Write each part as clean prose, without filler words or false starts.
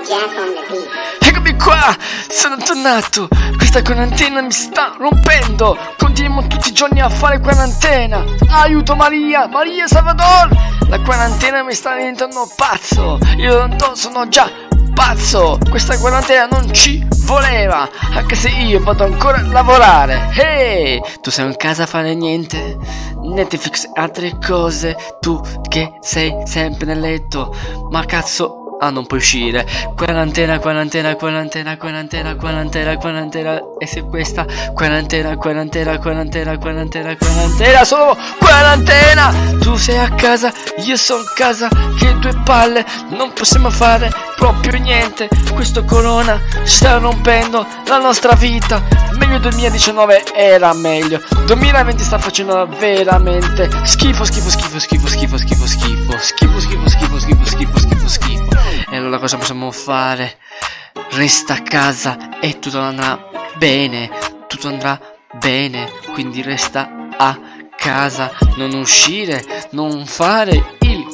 Jack on the beat. Eccomi qua, sono tornato. Questa quarantena mi sta rompendo. Continuiamo tutti i giorni a fare quarantena. Aiuto Maria, Maria Salvador. La quarantena mi sta diventando pazzo. Io non sono già pazzo. Questa quarantena non ci voleva, anche se io vado ancora a lavorare. Ehi, tu sei in casa a fare niente? Netflix, altre cose. Tu che sei sempre nel letto. Ma cazzo, non puoi uscire. Quarantena, quarantena, quarantena, quarantena, quarantena, quarantena. E se questa quarantena, quarantena, quarantena, quarantena, quarantena, solo quarantena. Tu sei a casa, io sono a casa. Che due palle, non possiamo fare proprio niente. Questo corona sta rompendo la nostra vita. Meglio 2019 era meglio. 2020 sta facendo veramente schifo, schifo, schifo, schifo, schifo, schifo, schifo, schifo, schifo, schifo, schifo, schifo, schifo, schifo. E allora cosa possiamo fare? Resta a casa e tutto andrà bene. Tutto andrà bene. Quindi resta a casa. Non uscire. Non fare il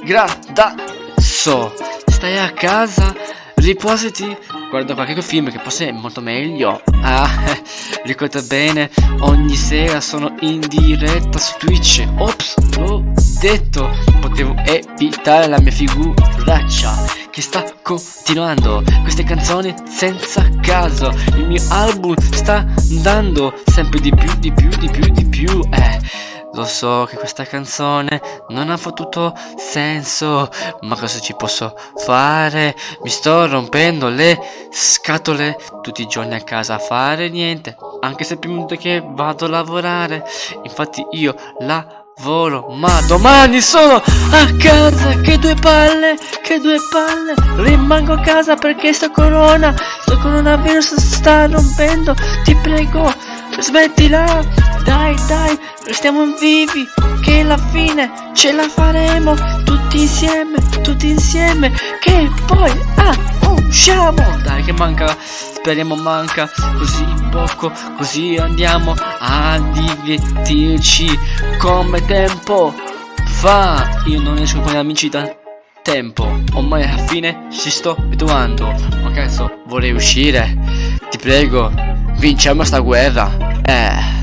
gradasso. Stai a casa. Riposati. Guarda qualche film che forse è molto meglio. Ricorda bene, ogni sera sono in diretta su Twitch. Ops, l'ho detto. Potevo evitare la mia figuraccia che sta continuando. Queste canzoni senza caso. Il mio album sta andando sempre di più, di più, di più, di più. Lo so che questa canzone non ha fottuto senso, ma cosa ci posso fare? Mi sto rompendo le scatole tutti i giorni a casa a fare niente, anche se prima che vado a lavorare. Infatti io lavoro, ma domani sono a casa. Che due palle, che due palle. Rimango a casa perché sto coronavirus sta rompendo. Ti prego, smettila. Dai, dai, restiamo vivi, che alla fine ce la faremo tutti insieme, che poi usciamo. Dai che manca, speriamo manca così poco, così andiamo a divertirci come tempo fa. Io non esco con gli amici da tempo, ormai alla fine ci sto abituando. Ma cazzo, vorrei uscire, ti prego, vinciamo sta guerra.